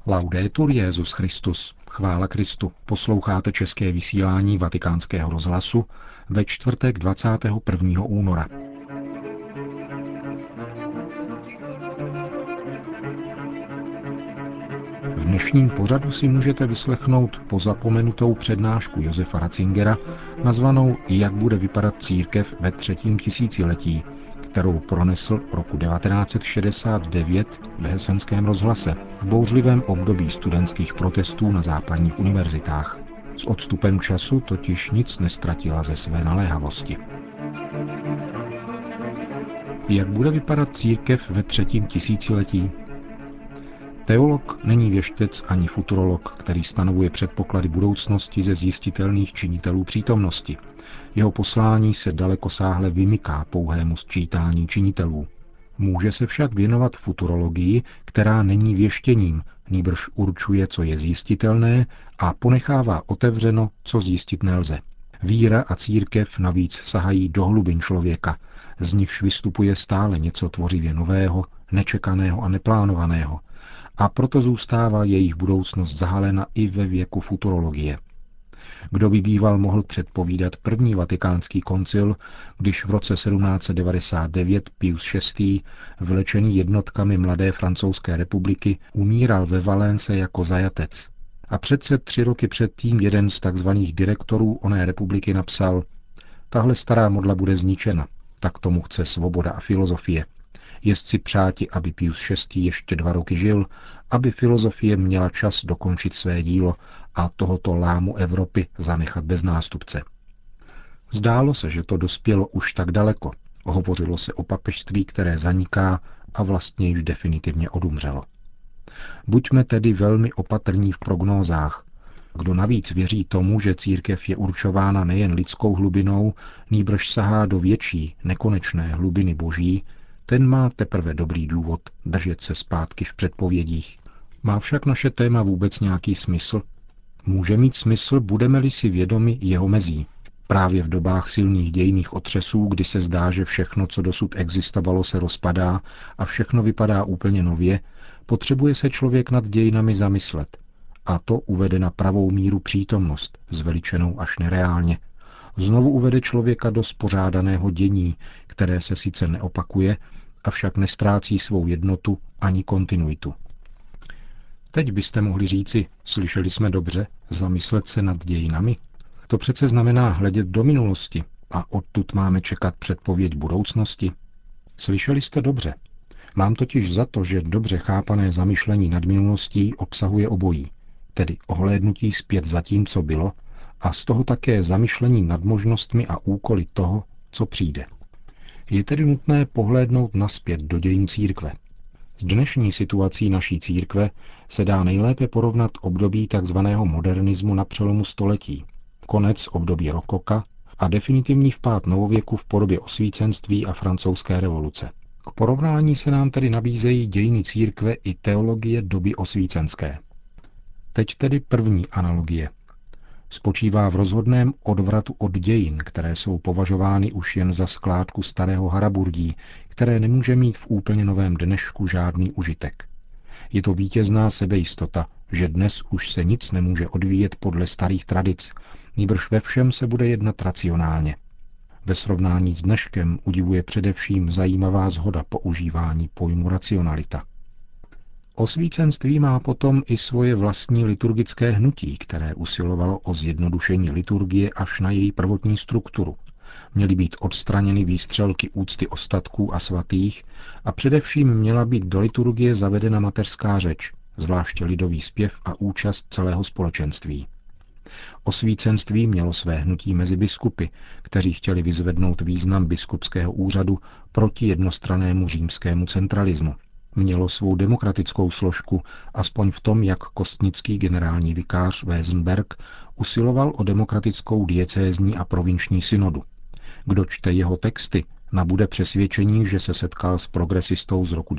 Laudetur Jesus Christus. Chvála Kristu. Posloucháte české vysílání Vatikánského rozhlasu ve čtvrtek 21. února. V dnešním pořadu si můžete vyslechnout pozapomenutou přednášku Josefa Ratzingera nazvanou Jak bude vypadat církev ve třetím tisíciletí, kterou pronesl roku 1969 v Hesenském rozhlase v bouřlivém období studentských protestů na západních univerzitách. S odstupem času totiž nic neztratila ze své naléhavosti. Jak bude vypadat církev ve třetím tisíciletí? Teolog není věštec ani futurolog, který stanovuje předpoklady budoucnosti ze zjistitelných činitelů přítomnosti. Jeho poslání se dalekosáhle vymyká pouhému sčítání činitelů. Může se však věnovat futurologii, která není věštěním, nýbrž určuje, co je zjistitelné a ponechává otevřeno, co zjistit nelze. Víra a církev navíc sahají do hlubin člověka, z nichž vystupuje stále něco tvořivě nového, nečekaného a neplánovaného, a proto zůstává jejich budoucnost zahalena i ve věku futurologie. Kdo by býval mohl předpovídat první vatikánský koncil, když v roce 1799 Pius VI., vlečený jednotkami mladé francouzské republiky, umíral ve Valence jako zajatec. A přece 3 roky předtím jeden z takzvaných direktorů oné republiky napsal: tahle stará modla bude zničena, tak tomu chce svoboda a filozofie. Jest si přáti, aby Pius VI. Ještě 2 roky žil, aby filozofie měla čas dokončit své dílo a tohoto lámu Evropy zanechat bez nástupce. Zdálo se, že to dospělo už tak daleko. Hovořilo se o papežství, které zaniká a vlastně již definitivně odumřelo. Buďme tedy velmi opatrní v prognózách. Kdo navíc věří tomu, že církev je určována nejen lidskou hlubinou, nýbrž sahá do větší, nekonečné hlubiny boží, ten má teprve dobrý důvod držet se zpátky v předpovědích. Má však naše téma vůbec nějaký smysl? Může mít smysl, budeme-li si vědomi jeho mezí. Právě v dobách silných dějinných otřesů, kdy se zdá, že všechno, co dosud existovalo, se rozpadá a všechno vypadá úplně nově, potřebuje se člověk nad dějinami zamyslet. A to uvede na pravou míru přítomnost, zveličenou až nereálně. Znovu uvede člověka do spořádaného dění, které se sice neopakuje, avšak nestrácí svou jednotu ani kontinuitu. Teď byste mohli říci, slyšeli jsme dobře, zamyslet se nad dějinami? To přece znamená hledět do minulosti a odtud máme čekat předpověď budoucnosti. Slyšeli jste dobře. Mám totiž za to, že dobře chápané zamyšlení nad minulostí obsahuje obojí, tedy ohlédnutí zpět za tím, co bylo, a z toho také zamyšlení nad možnostmi a úkoly toho, co přijde. Je tedy nutné pohlédnout nazpět do dějin církve. S dnešní situací naší církve se dá nejlépe porovnat období tzv. Modernismu na přelomu století, konec období rokoka a definitivní vpád novověku v podobě osvícenství a francouzské revoluce. K porovnání se nám tedy nabízejí dějiny církve i teologie doby osvícenské. Teď tedy první analogie. Spočívá v rozhodném odvratu od dějin, které jsou považovány už jen za skládku starého haraburdí, které nemůže mít v úplně novém dnešku žádný užitek. Je to vítězná sebejistota, že dnes už se nic nemůže odvíjet podle starých tradic, nýbrž ve všem se bude jednat racionálně. Ve srovnání s dneškem udivuje především zajímavá shoda používání pojmu racionalita. Osvícenství má potom i svoje vlastní liturgické hnutí, které usilovalo o zjednodušení liturgie až na její prvotní strukturu. Měly být odstraněny výstřelky úcty ostatků a svatých a především měla být do liturgie zavedena mateřská řeč, zvláště lidový zpěv a účast celého společenství. Osvícenství mělo své hnutí mezi biskupy, kteří chtěli vyzvednout význam biskupského úřadu proti jednostrannému římskému centralismu. Mělo svou demokratickou složku, aspoň v tom, jak kostnický generální vikář Wesenberg usiloval o demokratickou diecézní a provinční synodu. Kdo čte jeho texty, nabude přesvědčení, že se setkal s progresistou z roku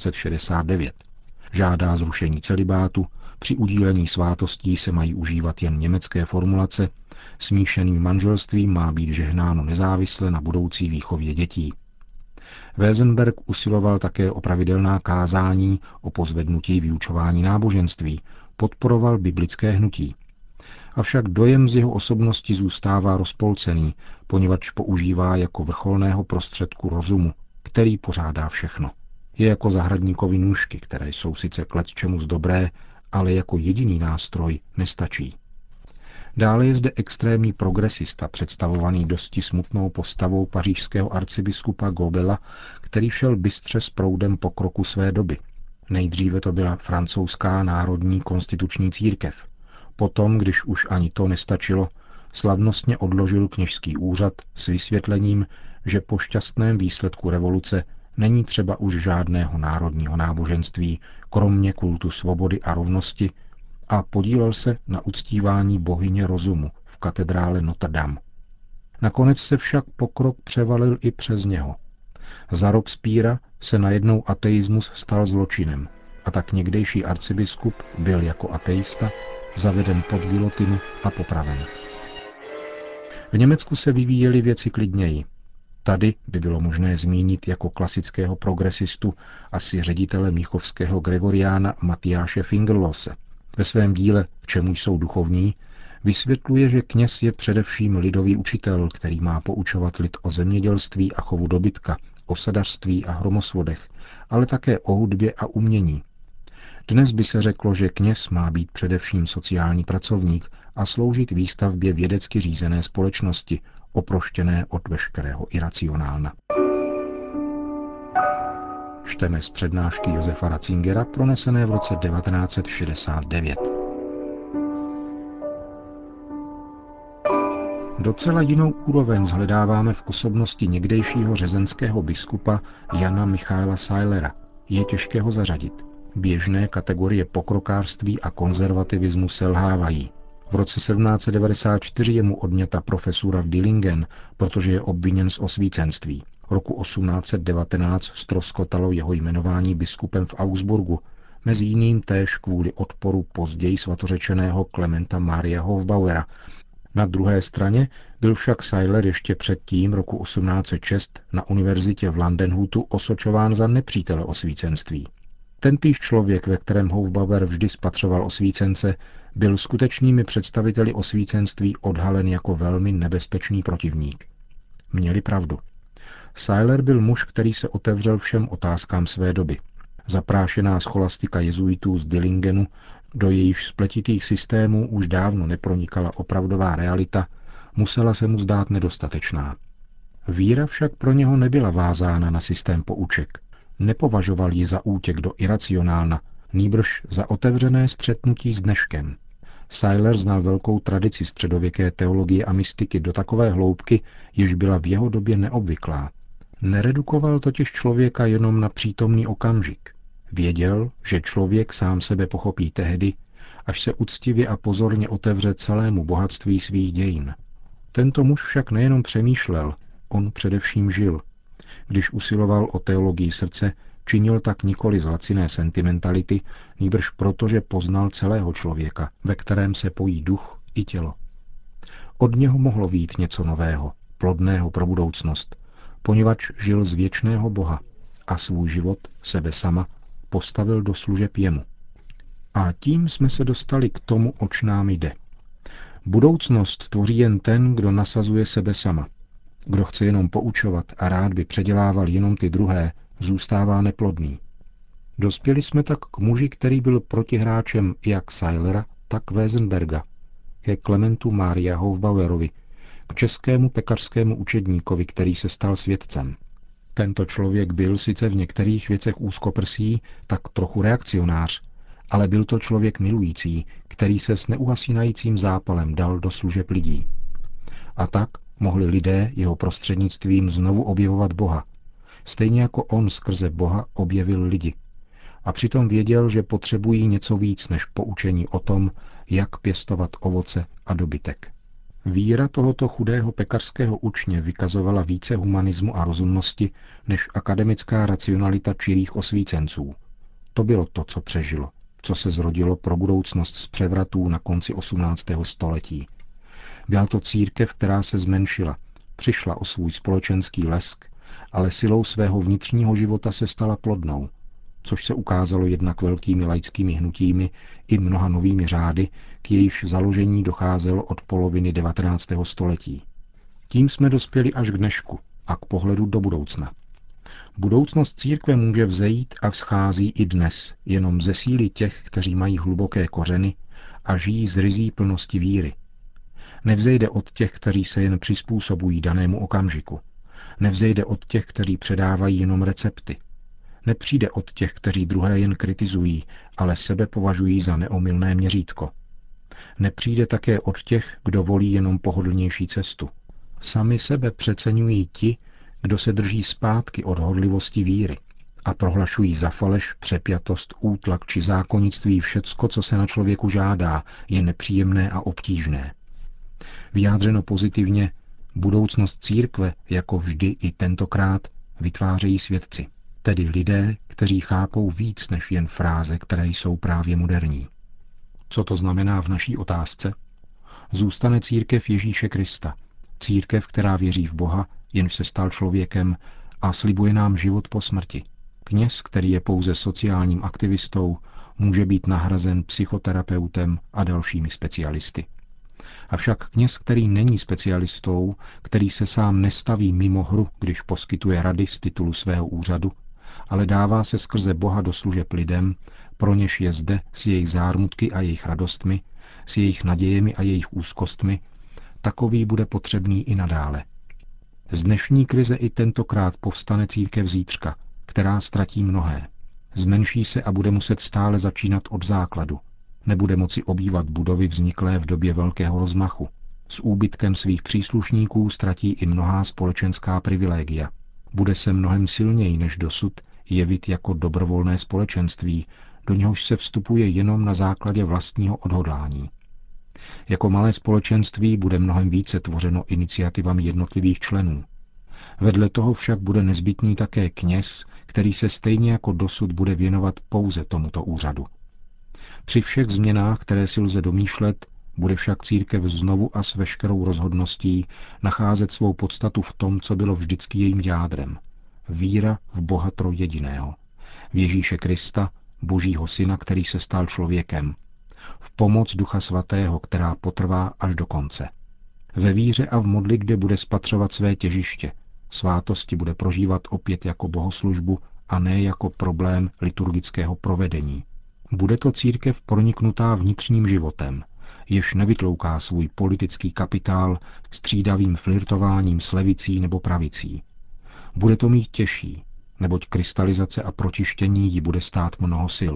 1969. Žádá zrušení celibátu, při udílení svátostí se mají užívat jen německé formulace, smíšeným manželstvím má být žehnáno nezávisle na budoucí výchově dětí. Wiesenberg usiloval také o pravidelná kázání, o pozvednutí vyučování náboženství, podporoval biblické hnutí. Avšak dojem z jeho osobnosti zůstává rozpolcený, poněvadž používá jako vrcholného prostředku rozumu, který pořádá všechno. Je jako zahradníkovi nůžky, které jsou sice k lecčemus dobré, ale jako jediný nástroj nestačí. Dále je zde extrémní progresista, představovaný dosti smutnou postavou pařížského arcibiskupa Gobela, který šel bystře s proudem pokroku své doby. Nejdříve to byla francouzská národní konstituční církev. Potom, když už ani to nestačilo, slavnostně odložil kněžský úřad s vysvětlením, že po šťastném výsledku revoluce není třeba už žádného národního náboženství, kromě kultu svobody a rovnosti, a podílel se na uctívání bohyně rozumu v katedrále Notre Dame. Nakonec se však pokrok převalil i přes něho. Za Robespierra se najednou ateismus stal zločinem a tak někdejší arcibiskup byl jako ateista zaveden pod gilotinu a popraven. V Německu se vyvíjely věci klidněji. Tady by bylo možné zmínit jako klasického progresistu asi ředitele mnichovského gregoriána Matyáše Fingerlose. Ve svém díle K čemu jsou duchovní vysvětluje, že kněz je především lidový učitel, který má poučovat lid o zemědělství a chovu dobytka, o sadařství a hromosvodech, ale také o hudbě a umění. Dnes by se řeklo, že kněz má být především sociální pracovník a sloužit výstavbě vědecky řízené společnosti, oproštěné od veškerého iracionálna. Čteme z přednášky Josefa Ratzingera pronesené v roce 1969. Docela jinou úroveň zhledáváme v osobnosti někdejšího řezenského biskupa Jana Michaela Sailera. Je těžké ho zařadit. Běžné kategorie pokrokářství a konzervativismu selhávají. V roce 1794 je mu odňata profesura v Dillingen, protože je obviněn z osvícenství. Roku 1819 ztroskotalo jeho jmenování biskupem v Augsburgu, mezi jiným též kvůli odporu později svatořečeného Klementa Maria Hofbauera. Na druhé straně byl však Sailer ještě předtím roku 1806 na univerzitě v Landenhutu osočován za nepřítele osvícenství. Tentýž člověk, ve kterém Hofbauer vždy spatřoval osvícence, byl skutečnými představiteli osvícenství odhalen jako velmi nebezpečný protivník. Měli pravdu. Sailer byl muž, který se otevřel všem otázkám své doby. Zaprášená scholastika jezuitů z Dillingenu, do jejíž spletitých systémů už dávno nepronikala opravdová realita, musela se mu zdát nedostatečná. Víra však pro něho nebyla vázána na systém pouček. Nepovažoval ji za útěk do iracionálna, nýbrž za otevřené střetnutí s dneškem. Sailer znal velkou tradici středověké teologie a mystiky do takové hloubky, jež byla v jeho době neobvyklá. Neredukoval totiž člověka jenom na přítomný okamžik. Věděl, že člověk sám sebe pochopí tehdy, až se uctivě a pozorně otevře celému bohatství svých dějin. Tento muž však nejenom přemýšlel, on především žil. Když usiloval o teologii srdce, činil tak nikoli z laciné sentimentality, nýbrž proto, že poznal celého člověka, ve kterém se pojí duch i tělo. Od něho mohlo vyjít něco nového, plodného pro budoucnost, poněvadž žil z věčného Boha a svůj život, sebe sama, postavil do služeb jemu. A tím jsme se dostali k tomu, oč nám jde. Budoucnost tvoří jen ten, kdo nasazuje sebe sama. Kdo chce jenom poučovat a rád by předělával jenom ty druhé, zůstává neplodný. Dospěli jsme tak k muži, který byl protihráčem jak Sailera, tak Wiesenberga, ke Klementu Maria Hofbauerovi, k českému pekařskému učedníkovi, který se stal světcem. Tento člověk byl sice v některých věcech úzkoprsý, tak trochu reakcionář, ale byl to člověk milující, který se s neuhasínajícím zápalem dal do služeb lidí. A tak mohli lidé jeho prostřednictvím znovu objevovat Boha, stejně jako on skrze Boha objevil lidi. A přitom věděl, že potřebují něco víc než poučení o tom, jak pěstovat ovoce a dobytek. Víra tohoto chudého pekařského učně vykazovala více humanismu a rozumnosti než akademická racionalita čirých osvícenců. To bylo to, co přežilo, co se zrodilo pro budoucnost z převratů na konci 18. století. Byla to církev, která se zmenšila, přišla o svůj společenský lesk ale silou svého vnitřního života se stala plodnou, což se ukázalo jednak velkými laickými hnutími i mnoha novými řády, k jejichž založení docházelo od poloviny 19. století. Tím jsme dospěli až k dnešku a k pohledu do budoucna. Budoucnost církve může vzejít a vzchází i dnes jenom ze síly těch, kteří mají hluboké kořeny a žijí z ryzí plnosti víry. Nevzejde od těch, kteří se jen přizpůsobují danému okamžiku. Nevzejde od těch, kteří předávají jenom recepty. Nepřijde od těch, kteří druhé jen kritizují, ale sebe považují za neomylné měřítko. Nepřijde také od těch, kdo volí jenom pohodlnější cestu. Sami sebe přeceňují ti, kdo se drží zpátky od horlivosti víry a prohlašují za faleš, přepjatost, útlak či zákonnictví všecko, co se na člověku žádá, je nepříjemné a obtížné. Vyjádřeno pozitivně, budoucnost církve, jako vždy i tentokrát, vytvářejí svědci, tedy lidé, kteří chápou víc než jen fráze, které jsou právě moderní. Co to znamená v naší otázce? Zůstane církev Ježíše Krista, církev, která věří v Boha, jenž se stal člověkem a slibuje nám život po smrti. Kněz, který je pouze sociálním aktivistou, může být nahrazen psychoterapeutem a dalšími specialisty. Avšak kněz, který není specialistou, který se sám nestaví mimo hru, když poskytuje rady z titulu svého úřadu, ale dává se skrze Boha do služeb lidem, pro něž je zde s jejich zármutky a jejich radostmi, s jejich nadějemi a jejich úzkostmi, takový bude potřebný i nadále. Z dnešní krize i tentokrát povstane církev zítřka, která ztratí mnohé. Zmenší se a bude muset stále začínat od základu. Nebude moci obývat budovy vzniklé v době velkého rozmachu. S úbytkem svých příslušníků ztratí i mnohá společenská privilegia. Bude se mnohem silněji než dosud jevit jako dobrovolné společenství, do něhož se vstupuje jenom na základě vlastního odhodlání. Jako malé společenství bude mnohem více tvořeno iniciativami jednotlivých členů. Vedle toho však bude nezbytný také kněz, který se stejně jako dosud bude věnovat pouze tomuto úřadu. Při všech změnách, které si lze domýšlet, bude však církev znovu a s veškerou rozhodností nacházet svou podstatu v tom, co bylo vždycky jejím jádrem. Víra v Boha trojjediného, v Ježíše Krista, Božího Syna, který se stal člověkem, v pomoc Ducha Svatého, která potrvá až do konce. Ve víře a v modlitbě bude spatřovat své těžiště, svátosti bude prožívat opět jako bohoslužbu a ne jako problém liturgického provedení. Bude to církev proniknutá vnitřním životem, jež nevytlouká svůj politický kapitál střídavým flirtováním s levicí nebo pravicí. Bude to mít těžší, neboť krystalizace a pročištění jí bude stát mnoho sil.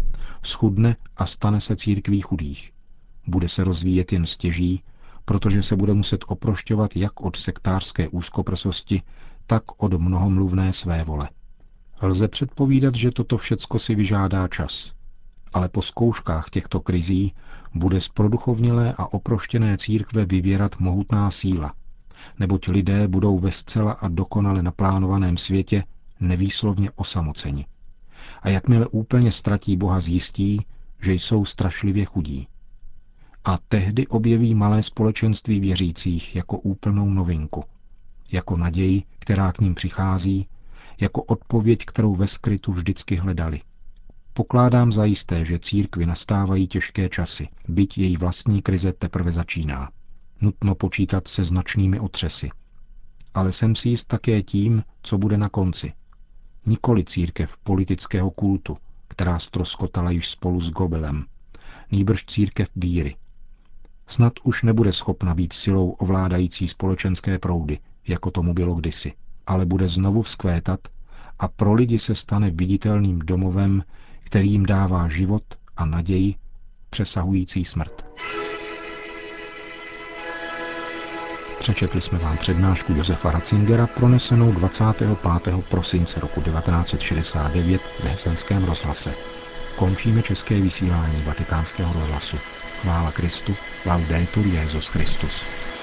Schudne a stane se církví chudých. Bude se rozvíjet jen stěží, protože se bude muset oprošťovat jak od sektářské úzkoprsosti, tak od mnohomluvné svévole. Lze předpovídat, že toto všecko si vyžádá čas. Ale po zkouškách těchto krizí bude z produchovnělé a oproštěné církve vyvěrat mohutná síla, neboť lidé budou ve zcela a dokonale naplánovaném světě nevýslovně osamoceni. A jakmile úplně ztratí Boha, zjistí, že jsou strašlivě chudí. A tehdy objeví malé společenství věřících jako úplnou novinku, jako naději, která k ním přichází, jako odpověď, kterou ve skrytu vždycky hledali. Pokládám za jisté, že církvi nastávají těžké časy, byť její vlastní krize teprve začíná. Nutno počítat se značnými otřesy. Ale jsem si jist také tím, co bude na konci. Nikoli církev politického kultu, která ztroskotala již spolu s Gobelem, nýbrž církev víry. Snad už nebude schopna být silou ovládající společenské proudy, jako tomu bylo kdysi, ale bude znovu vzkvétat a pro lidi se stane viditelným domovem, který jim dává život a naději přesahující smrt. Přečetli jsme vám přednášku Josefa Ratzingera pronesenou 25. prosince roku 1969 v Hesenském rozhlase. Končíme české vysílání Vatikánského rozhlasu. Chvála Kristu, laudetur Jesus Christus.